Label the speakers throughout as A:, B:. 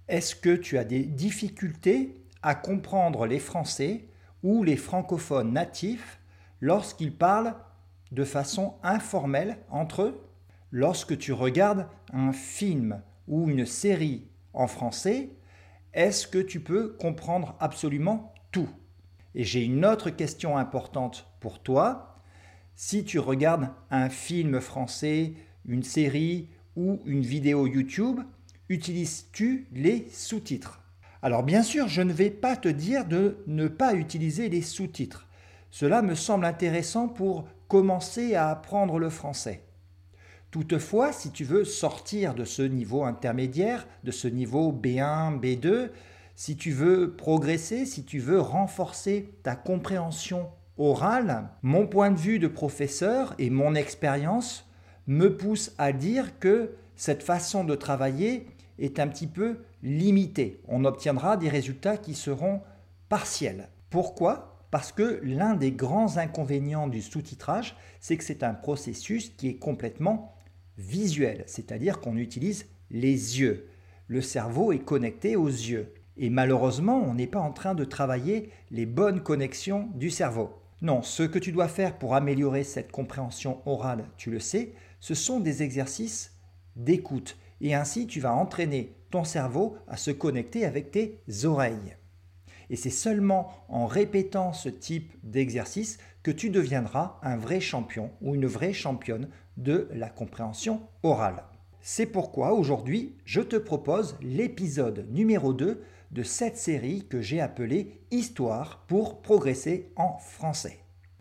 A: Est-ce que tu as des difficultés à comprendre les Français ou les francophones natifs lorsqu'ils parlent de façon informelle entre eux? Lorsque tu regardes un film ou une série en français, est-ce que tu peux comprendre absolument tout? Et j'ai une autre question importante pour toi. Si tu regardes un film français, une série ou une vidéo YouTube, utilises-tu les sous-titres? Alors bien sûr, je ne vais pas te dire de ne pas utiliser les sous-titres. Cela me semble intéressant pour commencer à apprendre le français. Toutefois, si tu veux sortir de ce niveau intermédiaire, de ce niveau B1, B2, si tu veux progresser, si tu veux renforcer ta compréhension orale, mon point de vue de professeur et mon expérience me poussent à dire que cette façon de travailler est un petit peu limitée. On obtiendra des résultats qui seront partiels. Pourquoi ? Parce que l'un des grands inconvénients du sous-titrage, c'est que c'est un processus qui est complètement visuel, c'est-à-dire qu'on utilise les yeux. Le cerveau est connecté aux yeux. Et malheureusement, on n'est pas en train de travailler les bonnes connexions du cerveau. Non, ce que tu dois faire pour améliorer cette compréhension orale, tu le sais, ce sont des exercices d'écoute. Et ainsi, tu vas entraîner ton cerveau à se connecter avec tes oreilles. Et c'est seulement en répétant ce type d'exercice que tu deviendras un vrai champion ou une vraie championne de la compréhension orale. C'est pourquoi aujourd'hui, je te propose l'épisode numéro 2 de cette série que j'ai appelée Histoire pour progresser en français.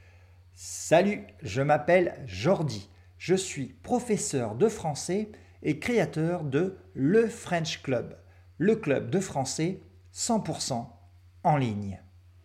A: Salut, je m'appelle Jordi. Je suis professeur de français et créateur de Le French Club, le club de français 100% en ligne.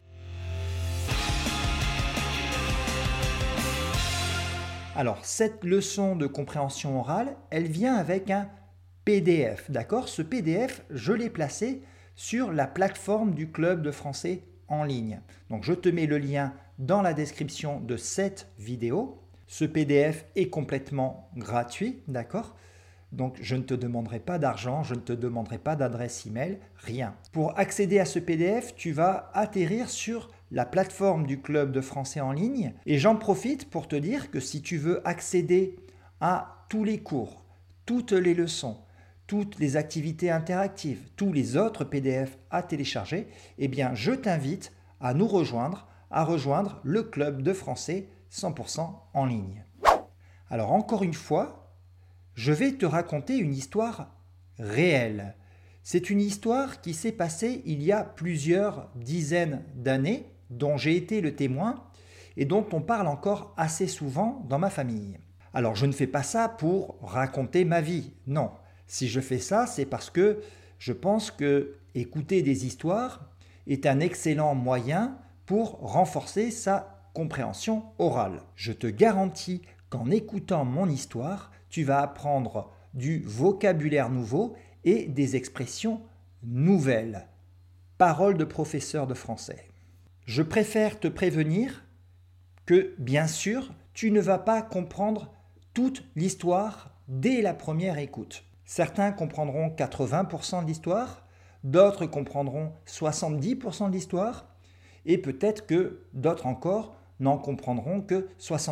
A: Alors, cette leçon de compréhension orale, elle vient avec un PDF, d'accord? Ce PDF, je l'ai placé sur la plateforme du club de français en ligne. Donc, je te mets le lien dans la description de cette vidéo. Ce PDF est complètement gratuit, d'accord? Donc, je ne te demanderai pas d'argent, je ne te demanderai pas d'adresse email, rien. Pour accéder à ce PDF, tu vas atterrir sur la plateforme du club de français en ligne. Et j'en profite pour te dire que si tu veux accéder à tous les cours, toutes les leçons, toutes les activités interactives, tous les autres PDF à télécharger, eh bien, je t'invite à nous rejoindre, à rejoindre le club de français 100% en ligne. Alors, encore une fois, je vais te raconter une histoire réelle. C'est une histoire qui s'est passée il y a plusieurs dizaines d'années, dont j'ai été le témoin et dont on parle encore assez souvent dans ma famille. Alors je ne fais pas ça pour raconter ma vie, non. Si je fais ça, c'est parce que je pense que écouter des histoires est un excellent moyen pour renforcer sa compréhension orale. Je te garantis qu'en écoutant mon histoire, tu vas apprendre du vocabulaire nouveau et des expressions nouvelles. Parole de professeur de français. Je préfère te prévenir que, bien sûr, tu ne vas pas comprendre toute l'histoire dès la première écoute. Certains comprendront 80% de l'histoire, d'autres comprendront 70% de l'histoire, et peut-être que d'autres encore n'en comprendront que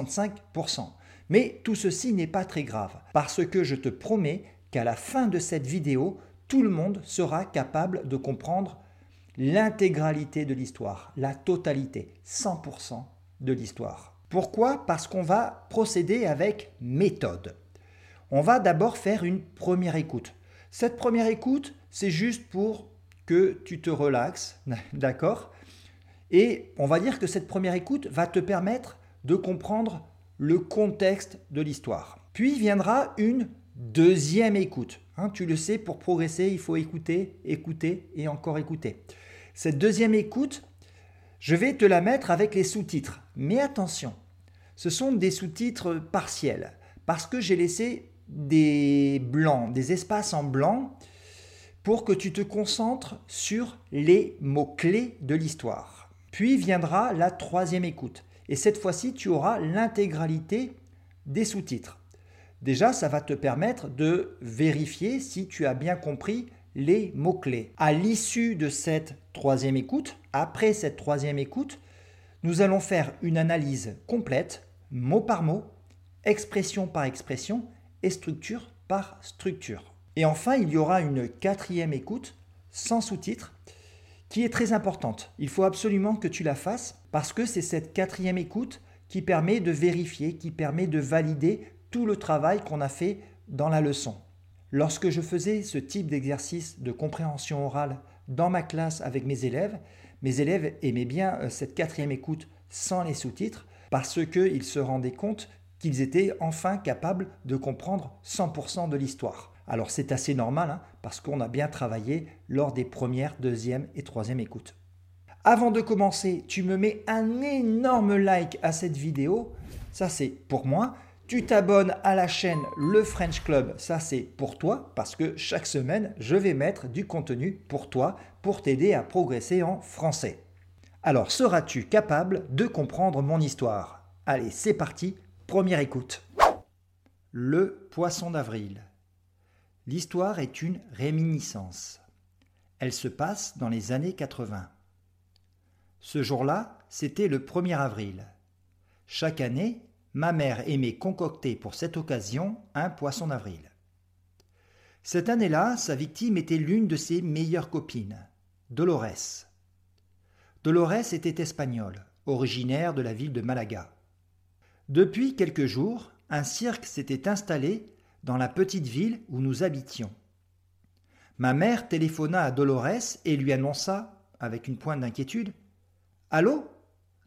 A: 65%. Mais tout ceci n'est pas très grave, parce que je te promets qu'à la fin de cette vidéo, tout le monde sera capable de comprendre l'intégralité de l'histoire, la totalité, 100% de l'histoire. Pourquoi ? Parce qu'on va procéder avec méthode. On va d'abord faire une première écoute. Cette première écoute, c'est juste pour que tu te relaxes, d'accord ? Et on va dire que cette première écoute va te permettre de comprendre le contexte de l'histoire. Puis viendra une deuxième écoute. Tu le sais, pour progresser, il faut écouter, écouter et encore écouter. Cette deuxième écoute, je vais te la mettre avec les sous-titres. Mais attention, ce sont des sous-titres partiels parce que j'ai laissé des blancs, des espaces en blanc pour que tu te concentres sur les mots-clés de l'histoire. Puis viendra la troisième écoute. Et cette fois-ci, tu auras l'intégralité des sous-titres. Déjà, ça va te permettre de vérifier si tu as bien compris les mots-clés. À l'issue de cette troisième écoute, après cette troisième écoute, nous allons faire une analyse complète, mot par mot, expression par expression et structure par structure. Et enfin, il y aura une quatrième écoute sans sous-titres qui est très importante. Il faut absolument que tu la fasses parce que c'est cette quatrième écoute qui permet de vérifier, qui permet de valider tout le travail qu'on a fait dans la leçon. Lorsque je faisais ce type d'exercice de compréhension orale dans ma classe avec mes élèves aimaient bien cette quatrième écoute sans les sous-titres parce qu'ils se rendaient compte qu'ils étaient enfin capables de comprendre 100% de l'histoire. Alors c'est assez normal parce qu'on a bien travaillé lors des premières, deuxième et troisième écoutes. Avant de commencer, tu me mets un énorme like à cette vidéo, ça c'est pour moi. Tu t'abonnes à la chaîne Le French Club, ça c'est pour toi, parce que chaque semaine, je vais mettre du contenu pour toi, pour t'aider à progresser en français. Alors, seras-tu capable de comprendre mon histoire? Allez, c'est parti, première écoute. Le poisson d'avril. L'histoire est une réminiscence. Elle se passe dans les années 80. Ce jour-là, c'était le 1er avril. Chaque année, ma mère aimait concocter pour cette occasion un poisson d'avril. Cette année-là, sa victime était l'une de ses meilleures copines, Dolores. Dolores était espagnole, originaire de la ville de Malaga. Depuis quelques jours, un cirque s'était installé dans la petite ville où nous habitions. Ma mère téléphona à Dolores et lui annonça, avec une pointe d'inquiétude, « Allô, Dolores ?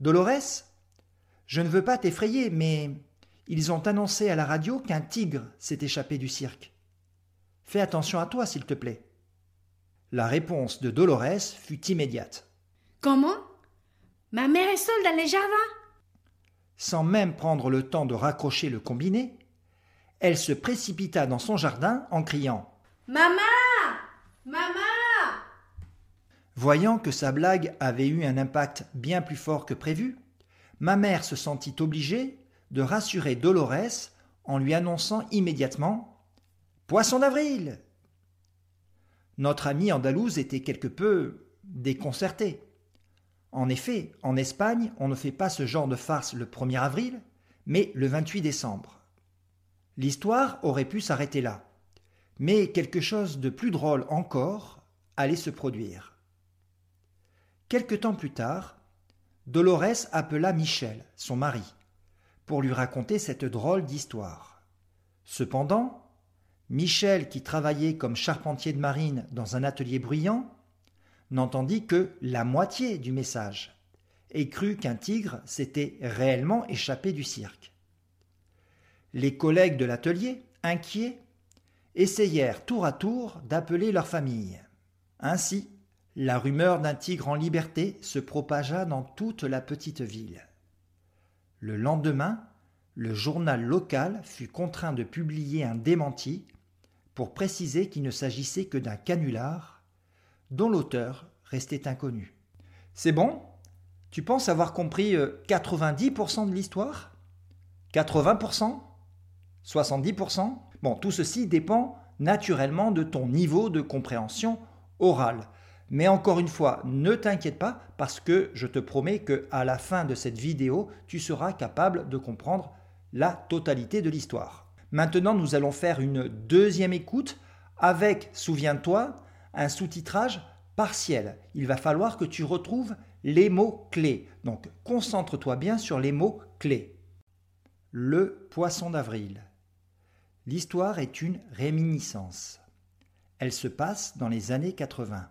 A: Je ne veux pas t'effrayer, mais ils ont annoncé à la radio qu'un tigre s'est échappé du cirque. Fais attention à toi, s'il te plaît. » La réponse de Dolores fut immédiate.
B: « Comment ? Ma mère est seule dans les jardins ?»
A: Sans même prendre le temps de raccrocher le combiné, elle se précipita dans son jardin en criant «
B: Maman ! Maman !»
A: Voyant que sa blague avait eu un impact bien plus fort que prévu, ma mère se sentit obligée de rassurer Dolores en lui annonçant immédiatement « Poisson d'avril !» Notre amie andalouse était quelque peu déconcertée. En effet, en Espagne, on ne fait pas ce genre de farce le 1er avril, mais le 28 décembre. L'histoire aurait pu s'arrêter là, mais quelque chose de plus drôle encore allait se produire. Quelque temps plus tard, Dolores appela Michel, son mari, pour lui raconter cette drôle d'histoire. Cependant, Michel, qui travaillait comme charpentier de marine dans un atelier bruyant, n'entendit que la moitié du message et crut qu'un tigre s'était réellement échappé du cirque. Les collègues de l'atelier, inquiets, essayèrent tour à tour d'appeler leur famille. Ainsi, la rumeur d'un tigre en liberté se propagea dans toute la petite ville. Le lendemain, le journal local fut contraint de publier un démenti pour préciser qu'il ne s'agissait que d'un canular dont l'auteur restait inconnu. C'est bon ? Tu penses avoir compris 90% de l'histoire ? 80% ? 70%? Bon, tout ceci dépend naturellement de ton niveau de compréhension orale. Mais encore une fois, ne t'inquiète pas parce que je te promets qu'à la fin de cette vidéo, tu seras capable de comprendre la totalité de l'histoire. Maintenant, nous allons faire une deuxième écoute avec, souviens-toi, un sous-titrage partiel. Il va falloir que tu retrouves les mots clés. Donc, concentre-toi bien sur les mots clés. Le poisson d'avril. L'histoire est une réminiscence. Elle se passe dans les années 80.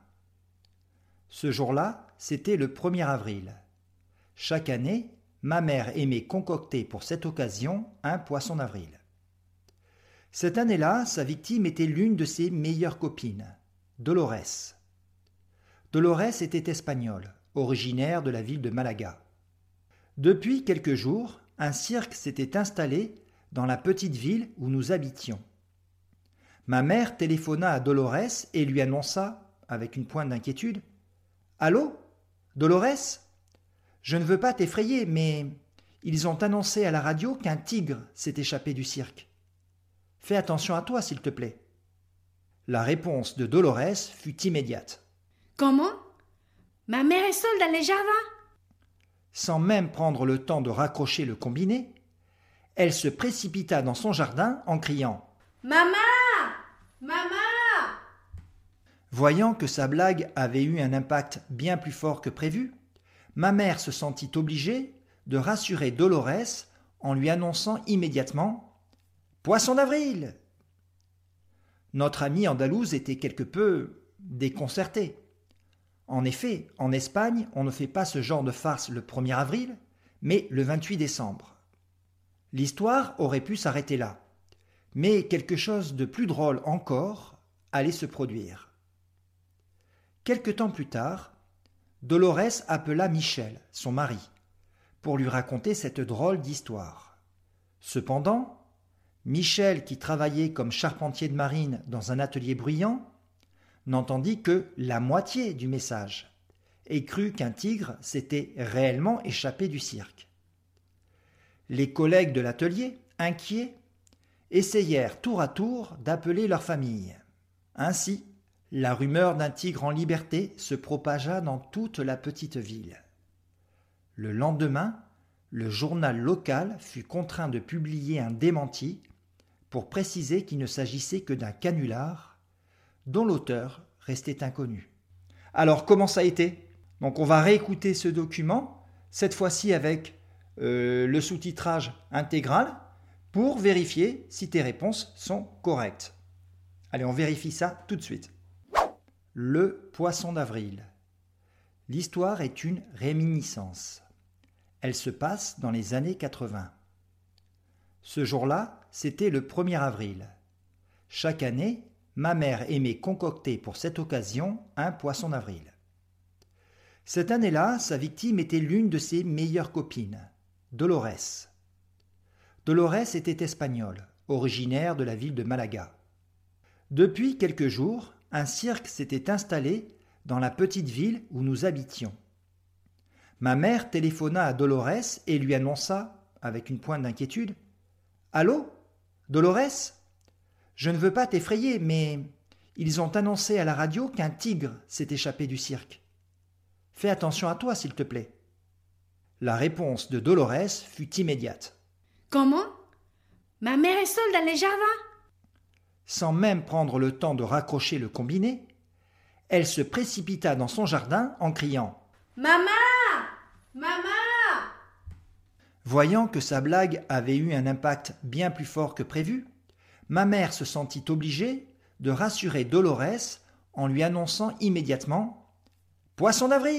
A: Ce jour-là, c'était le 1er avril. Chaque année, ma mère aimait concocter pour cette occasion un poisson d'avril. Cette année-là, sa victime était l'une de ses meilleures copines, Dolores. Dolores était espagnole, originaire de la ville de Malaga. Depuis quelques jours, un cirque s'était installé dans la petite ville où nous habitions. Ma mère téléphona à Dolores et lui annonça, avec une pointe d'inquiétude, « Allô, Dolores ? Je ne veux pas t'effrayer, mais ils ont annoncé à la radio qu'un tigre s'est échappé du cirque. Fais attention à toi, s'il te plaît. » La réponse de Dolores fut immédiate.
B: Comment? Ma mère est seule dans les jardins?
A: Sans même prendre le temps de raccrocher le combiné, elle se précipita dans son jardin en criant
B: « Maman! Maman! »
A: Voyant que sa blague avait eu un impact bien plus fort que prévu, ma mère se sentit obligée de rassurer Dolores en lui annonçant immédiatement « Poisson d'avril !» Notre amie andalouse était quelque peu déconcertée. En effet, en Espagne, on ne fait pas ce genre de farce le 1er avril, mais le 28 décembre. L'histoire aurait pu s'arrêter là, mais quelque chose de plus drôle encore allait se produire. Quelque temps plus tard, Dolores appela Michel, son mari, pour lui raconter cette drôle d'histoire. Cependant, Michel, qui travaillait comme charpentier de marine dans un atelier bruyant, n'entendit que la moitié du message et crut qu'un tigre s'était réellement échappé du cirque. Les collègues de l'atelier, inquiets, essayèrent tour à tour d'appeler leur famille. Ainsi, la rumeur d'un tigre en liberté se propagea dans toute la petite ville. Le lendemain, le journal local fut contraint de publier un démenti pour préciser qu'il ne s'agissait que d'un canular dont l'auteur restait inconnu. Alors, comment ça a été? Donc, on va réécouter ce document, cette fois-ci avec le sous-titrage intégral, pour vérifier si tes réponses sont correctes. Allez, on vérifie ça tout de suite. Le poisson d'avril. L'histoire est une réminiscence. Elle se passe dans les années 80. Ce jour-là, c'était le 1er avril. Chaque année, ma mère aimait concocter pour cette occasion un poisson d'avril. Cette année-là, sa victime était l'une de ses meilleures copines, Dolores. Dolores était espagnole, originaire de la ville de Malaga. Depuis quelques jours, un cirque s'était installé dans la petite ville où nous habitions. Ma mère téléphona à Dolores et lui annonça, avec une pointe d'inquiétude, « Allô, Dolores ? Je ne veux pas t'effrayer, mais ils ont annoncé à la radio qu'un tigre s'est échappé du cirque. Fais attention à toi, s'il te plaît. » La réponse de Dolores fut immédiate.
B: « Comment? Ma mère est seule dans les jardins? »
A: Sans même prendre le temps de raccrocher le combiné, elle se précipita dans son jardin en criant «
B: Maman! Maman! »
A: Voyant que sa blague avait eu un impact bien plus fort que prévu, ma mère se sentit obligée de rassurer Dolores en lui annonçant immédiatement « Poisson d'avril !»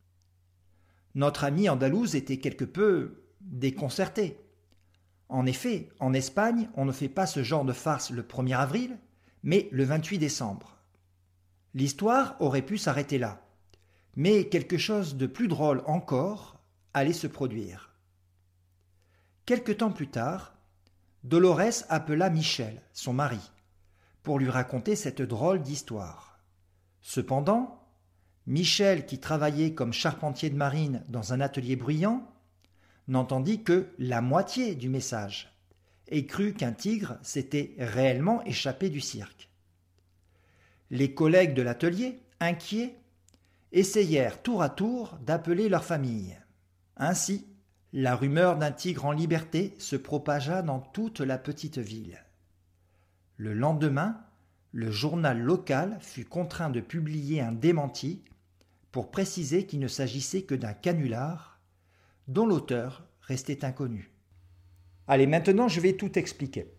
A: Notre amie andalouse était quelque peu déconcertée. En effet, en Espagne, on ne fait pas ce genre de farce le 1er avril, mais le 28 décembre. L'histoire aurait pu s'arrêter là, mais quelque chose de plus drôle encore allait se produire. Quelque temps plus tard, Dolores appela Michel, son mari, pour lui raconter cette drôle d'histoire. Cependant, Michel, qui travaillait comme charpentier de marine dans un atelier bruyant, n'entendit que la moitié du message et crut qu'un tigre s'était réellement échappé du cirque. Les collègues de l'atelier, inquiets, essayèrent tour à tour d'appeler leur famille. Ainsi, la rumeur d'un tigre en liberté se propagea dans toute la petite ville. Le lendemain, le journal local fut contraint de publier un démenti pour préciser qu'il ne s'agissait que d'un canular dont l'auteur restait inconnu. Allez, maintenant je vais tout expliquer.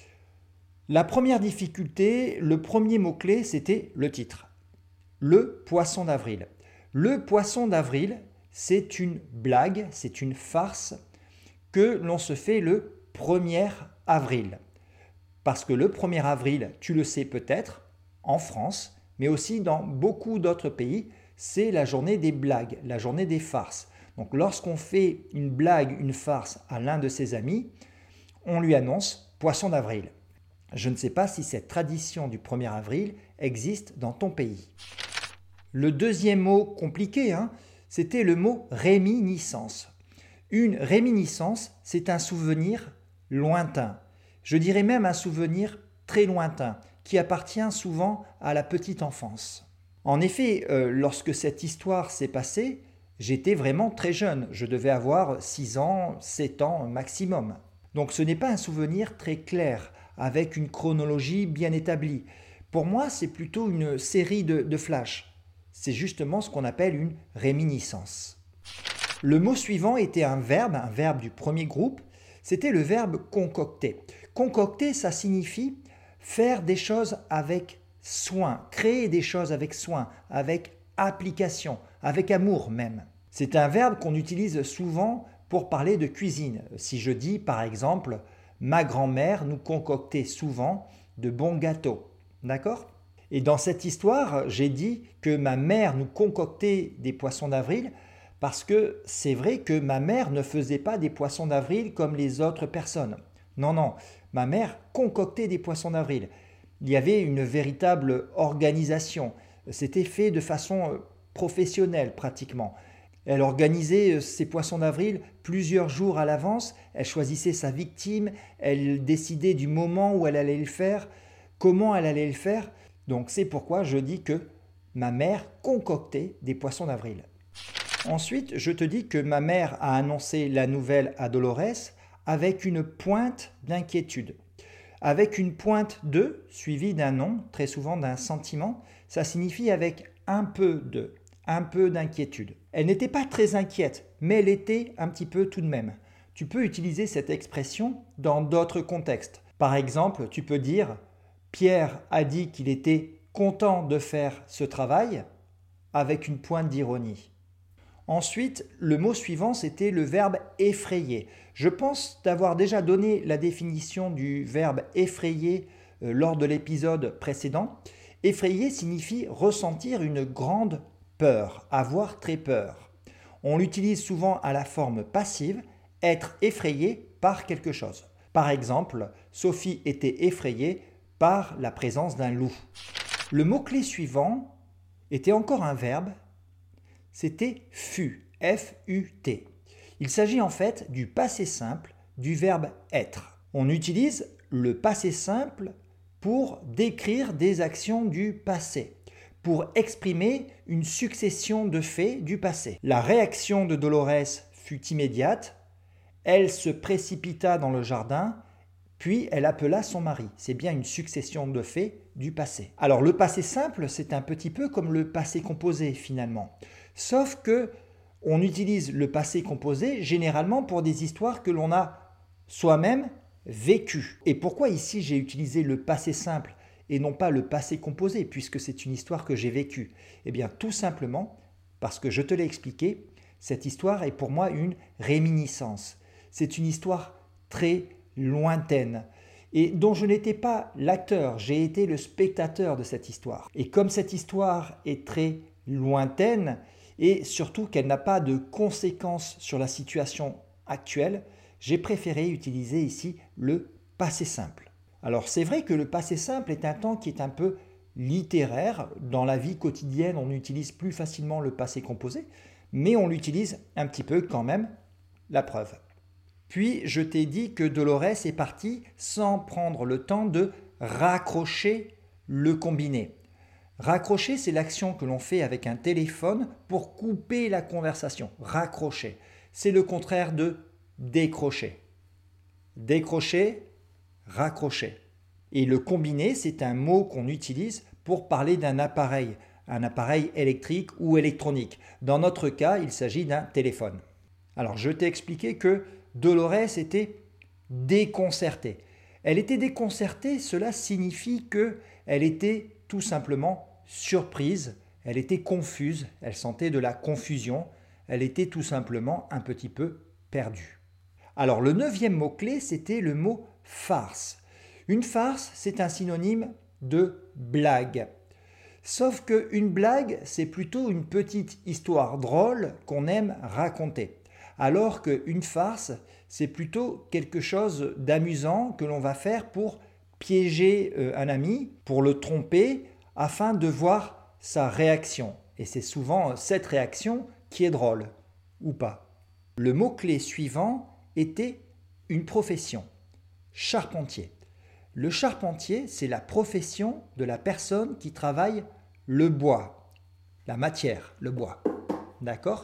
A: La première difficulté, le premier mot-clé, c'était le titre. Le poisson d'avril. Le poisson d'avril, c'est une blague, c'est une farce que l'on se fait le 1er avril. Parce que le 1er avril, tu le sais peut-être, en France, mais aussi dans beaucoup d'autres pays, c'est la journée des blagues, la journée des farces. Donc lorsqu'on fait une blague, une farce à l'un de ses amis, on lui annonce poisson d'avril. Je ne sais pas si cette tradition du 1er avril existe dans ton pays. Le deuxième mot compliqué, c'était le mot réminiscence. Une réminiscence, c'est un souvenir lointain. Je dirais même un souvenir très lointain, qui appartient souvent à la petite enfance. En effet, lorsque cette histoire s'est passée, j'étais vraiment très jeune. Je devais avoir 6 ans, 7 ans maximum. Donc ce n'est pas un souvenir très clair, avec une chronologie bien établie. Pour moi, c'est plutôt une série de flashs. C'est justement ce qu'on appelle une réminiscence. Le mot suivant était un verbe du premier groupe. C'était le verbe concocter. Concocter, ça signifie faire des choses avec soin, créer des choses avec soin, avec application, avec amour même. C'est un verbe qu'on utilise souvent pour parler de cuisine. Si je dis par exemple « ma grand-mère nous concoctait souvent de bons gâteaux », d'accord ? Et dans cette histoire, j'ai dit que ma mère nous concoctait des poissons d'avril parce que c'est vrai que ma mère ne faisait pas des poissons d'avril comme les autres personnes. Non, non, ma mère concoctait des poissons d'avril. Il y avait une véritable organisation. C'était fait de façon professionnelle pratiquement. Elle organisait ses poissons d'avril plusieurs jours à l'avance. Elle choisissait sa victime. Elle décidait du moment où elle allait le faire, comment elle allait le faire. Donc c'est pourquoi je dis que ma mère concoctait des poissons d'avril. Ensuite, je te dis que ma mère a annoncé la nouvelle à Dolores avec une pointe d'inquiétude. Avec une pointe de, suivie d'un nom, très souvent d'un sentiment, ça signifie avec un peu d'inquiétude. Elle n'était pas très inquiète, mais elle était un petit peu tout de même. Tu peux utiliser cette expression dans d'autres contextes. Par exemple, tu peux dire « Pierre a dit qu'il était content de faire ce travail » avec une pointe d'ironie. Ensuite, le mot suivant, c'était le verbe effrayer. Je pense t'avoir déjà donné la définition du verbe effrayer lors de l'épisode précédent. Effrayer signifie ressentir une grande peur, avoir très peur. On l'utilise souvent à la forme passive, être effrayé par quelque chose. Par exemple, Sophie était effrayée par la présence d'un loup. Le mot-clé suivant était encore un verbe. C'était fut, F-U-T. Il s'agit en fait du passé simple du verbe être. On utilise le passé simple pour décrire des actions du passé, pour exprimer une succession de faits du passé. La réaction de Dolores fut immédiate. Elle se précipita dans le jardin, puis elle appela son mari. C'est bien une succession de faits du passé. Alors le passé simple, c'est un petit peu comme le passé composé finalement. Sauf que on utilise le passé composé généralement pour des histoires que l'on a soi-même vécues. Et pourquoi ici j'ai utilisé le passé simple et non pas le passé composé, puisque c'est une histoire que j'ai vécue? Eh bien tout simplement parce que je te l'ai expliqué, cette histoire est pour moi une réminiscence. C'est une histoire très lointaine et dont je n'étais pas l'acteur, j'ai été le spectateur de cette histoire. Et comme cette histoire est très lointaine, et surtout qu'elle n'a pas de conséquences sur la situation actuelle, j'ai préféré utiliser ici le passé simple. Alors c'est vrai que le passé simple est un temps qui est un peu littéraire. Dans la vie quotidienne, on utilise plus facilement le passé composé, mais on l'utilise un petit peu quand même, la preuve. Puis je t'ai dit que Dolores est partie sans prendre le temps de raccrocher le combiné. Raccrocher, c'est l'action que l'on fait avec un téléphone pour couper la conversation. Raccrocher. C'est le contraire de décrocher. Décrocher, raccrocher. Et le combiné, c'est un mot qu'on utilise pour parler d'un appareil, un appareil électrique ou électronique. Dans notre cas, il s'agit d'un téléphone. Alors, je t'ai expliqué que Dolores était déconcertée. Elle était déconcertée, cela signifie qu'elle était tout simplement surprise, elle était confuse, elle sentait de la confusion, elle était tout simplement un petit peu perdue. Alors le 9e mot-clé, c'était le mot farce. Une farce, c'est un synonyme de blague. Sauf qu'une blague, c'est plutôt une petite histoire drôle qu'on aime raconter. Alors qu'une farce, c'est plutôt quelque chose d'amusant que l'on va faire pour piéger un ami, pour le tromper, afin de voir sa réaction. Et c'est souvent cette réaction qui est drôle, ou pas. Le mot-clé suivant était une profession, charpentier. Le charpentier, c'est la profession de la personne qui travaille le bois, la matière, le bois. D'accord ?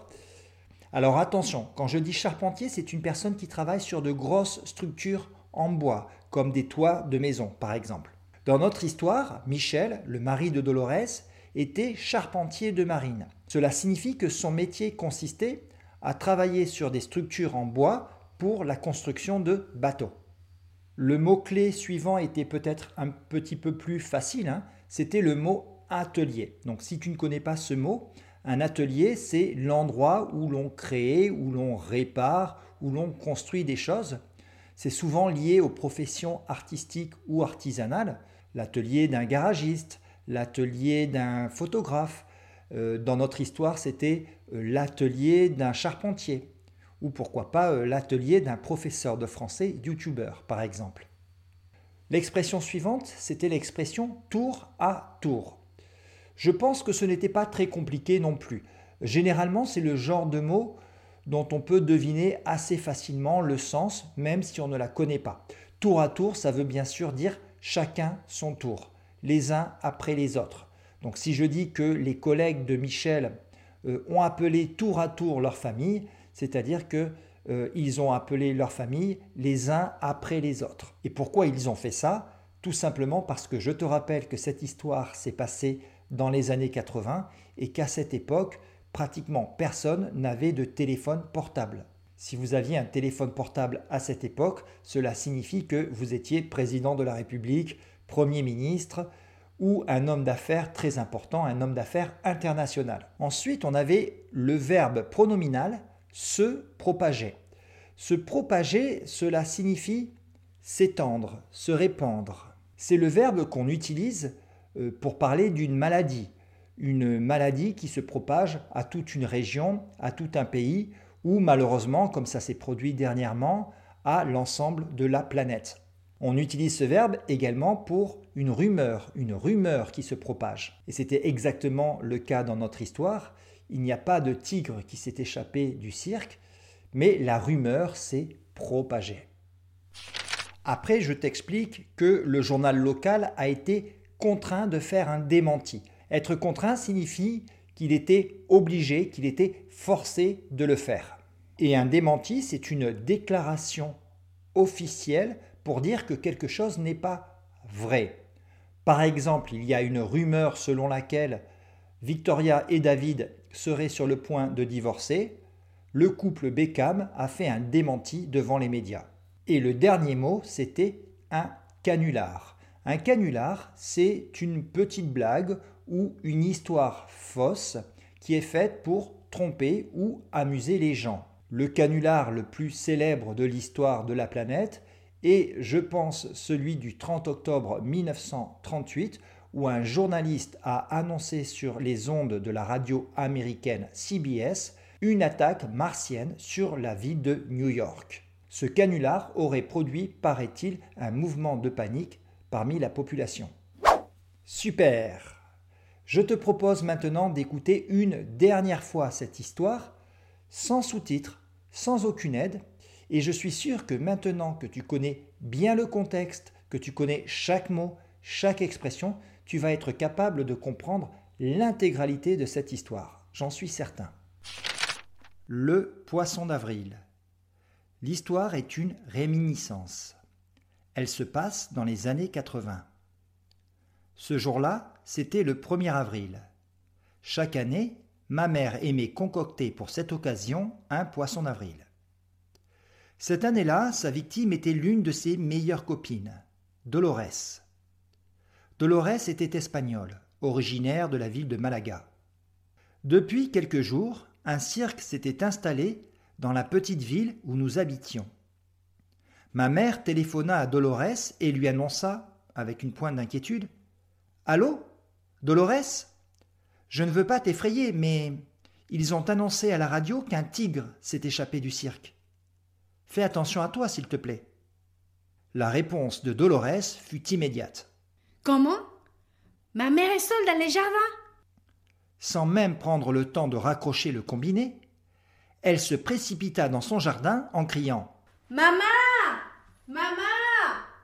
A: Alors attention, quand je dis charpentier, c'est une personne qui travaille sur de grosses structures en bois, comme des toits de maison par exemple. Dans notre histoire, Michel, le mari de Dolores, était charpentier de marine. Cela signifie que son métier consistait à travailler sur des structures en bois pour la construction de bateaux. Le mot-clé suivant était peut-être un petit peu plus facile, c'était le mot atelier. Donc si tu ne connais pas ce mot, un atelier c'est l'endroit où l'on crée, où l'on répare, où l'on construit des choses. C'est souvent lié aux professions artistiques ou artisanales, l'atelier d'un garagiste, l'atelier d'un photographe. Dans notre histoire, c'était l'atelier d'un charpentier. Ou pourquoi pas l'atelier d'un professeur de français youtubeur, par exemple. L'expression suivante, c'était l'expression tour à tour. Je pense que ce n'était pas très compliqué non plus. Généralement, c'est le genre de mot dont on peut deviner assez facilement le sens, même si on ne la connaît pas. Tour à tour, ça veut bien sûr dire chacun son tour, les uns après les autres. Donc si je dis que les collègues de Michel ont appelé tour à tour leur famille, c'est-à-dire qu'ils ont appelé leur famille les uns après les autres. Et pourquoi ils ont fait ça ? Tout simplement parce que je te rappelle que cette histoire s'est passée dans les années 80 et qu'à cette époque, pratiquement personne n'avait de téléphone portable. Si vous aviez un téléphone portable à cette époque, cela signifie que vous étiez président de la République, Premier ministre ou un homme d'affaires très important, un homme d'affaires international. Ensuite, on avait le verbe pronominal se propager. Se propager, cela signifie s'étendre, se répandre. C'est le verbe qu'on utilise pour parler d'une maladie qui se propage à toute une région, à tout un pays, ou malheureusement, comme ça s'est produit dernièrement, à l'ensemble de la planète. On utilise ce verbe également pour une rumeur qui se propage. Et c'était exactement le cas dans notre histoire. Il n'y a pas de tigre qui s'est échappé du cirque, mais la rumeur s'est propagée. Après, je t'explique que le journal local a été contraint de faire un démenti. Être contraint signifie qu'il était obligé, qu'il était forcé de le faire. Et un démenti, c'est une déclaration officielle pour dire que quelque chose n'est pas vrai. Par exemple, il y a une rumeur selon laquelle Victoria et David seraient sur le point de divorcer. Le couple Beckham a fait un démenti devant les médias. Et le dernier mot, c'était un canular. Un canular, c'est une petite blague ou une histoire fausse qui est faite pour tromper ou amuser les gens. Le canular le plus célèbre de l'histoire de la planète est, je pense, celui du 30 octobre 1938 où un journaliste a annoncé sur les ondes de la radio américaine CBS une attaque martienne sur la ville de New York. Ce canular aurait produit, paraît-il, un mouvement de panique parmi la population. Super! Je te propose maintenant d'écouter une dernière fois cette histoire, sans sous-titres, sans aucune aide, et je suis sûr que maintenant que tu connais bien le contexte, que tu connais chaque mot, chaque expression, tu vas être capable de comprendre l'intégralité de cette histoire. J'en suis certain. Le poisson d'avril. L'histoire est une réminiscence. Elle se passe dans les années 80. Ce jour-là, c'était le 1er avril. Chaque année, ma mère aimait concocter pour cette occasion un poisson d'avril. Cette année-là, sa victime était l'une de ses meilleures copines, Dolores. Dolores était espagnole, originaire de la ville de Malaga. Depuis quelques jours, un cirque s'était installé dans la petite ville où nous habitions. Ma mère téléphona à Dolores et lui annonça, avec une pointe d'inquiétude, « Allô, Dolores ? Je ne veux pas t'effrayer, mais ils ont annoncé à la radio qu'un tigre s'est échappé du cirque. Fais attention à toi, s'il te plaît. » La réponse de Dolores fut immédiate.
B: « Comment ? Ma mère est seule dans les jardins ?»
A: Sans même prendre le temps de raccrocher le combiné, elle se précipita dans son jardin en criant «
B: Maman ! Maman !»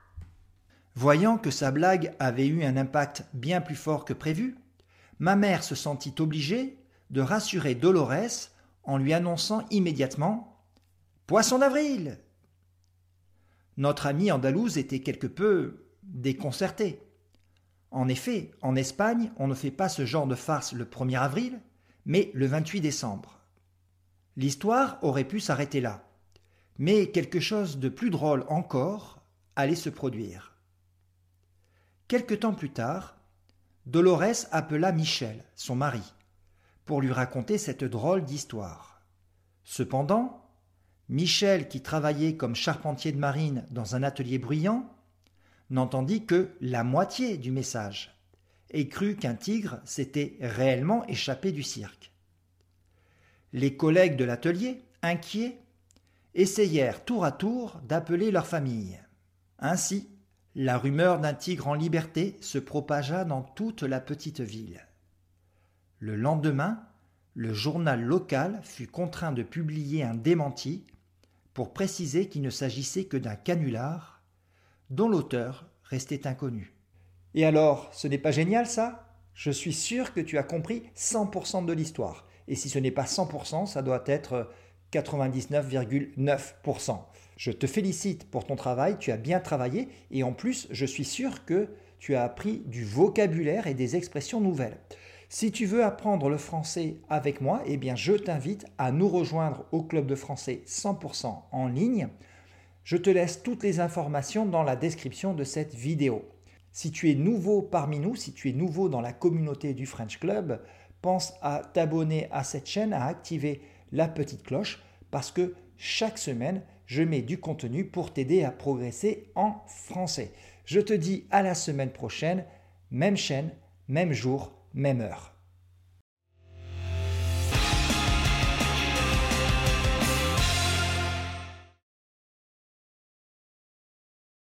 A: Voyant que sa blague avait eu un impact bien plus fort que prévu, ma mère se sentit obligée de rassurer Dolores en lui annonçant immédiatement « Poisson d'avril !» Notre amie andalouse était quelque peu déconcertée. En effet, en Espagne, on ne fait pas ce genre de farce le 1er avril, mais le 28 décembre. L'histoire aurait pu s'arrêter là, mais quelque chose de plus drôle encore allait se produire. Quelque temps plus tard, Dolores appela Michel, son mari, pour lui raconter cette drôle d'histoire. Cependant, Michel, qui travaillait comme charpentier de marine dans un atelier bruyant, n'entendit que la moitié du message et crut qu'un tigre s'était réellement échappé du cirque. Les collègues de l'atelier, inquiets, essayèrent tour à tour d'appeler leur famille. Ainsi, la rumeur d'un tigre en liberté se propagea dans toute la petite ville. Le lendemain, le journal local fut contraint de publier un démenti pour préciser qu'il ne s'agissait que d'un canular dont l'auteur restait inconnu. Et alors, ce n'est pas génial ça ? Je suis sûr que tu as compris 100% de l'histoire. Et si ce n'est pas 100%, ça doit être 99,9%. Je te félicite pour ton travail, tu as bien travaillé et en plus, je suis sûr que tu as appris du vocabulaire et des expressions nouvelles. Si tu veux apprendre le français avec moi, eh bien je t'invite à nous rejoindre au Club de français 100% en ligne. Je te laisse toutes les informations dans la description de cette vidéo. Si tu es nouveau parmi nous, si tu es nouveau dans la communauté du French Club, pense à t'abonner à cette chaîne, à activer la petite cloche parce que chaque semaine, je mets du contenu pour t'aider à progresser en français. Je te dis à la semaine prochaine, même chaîne, même jour, même heure.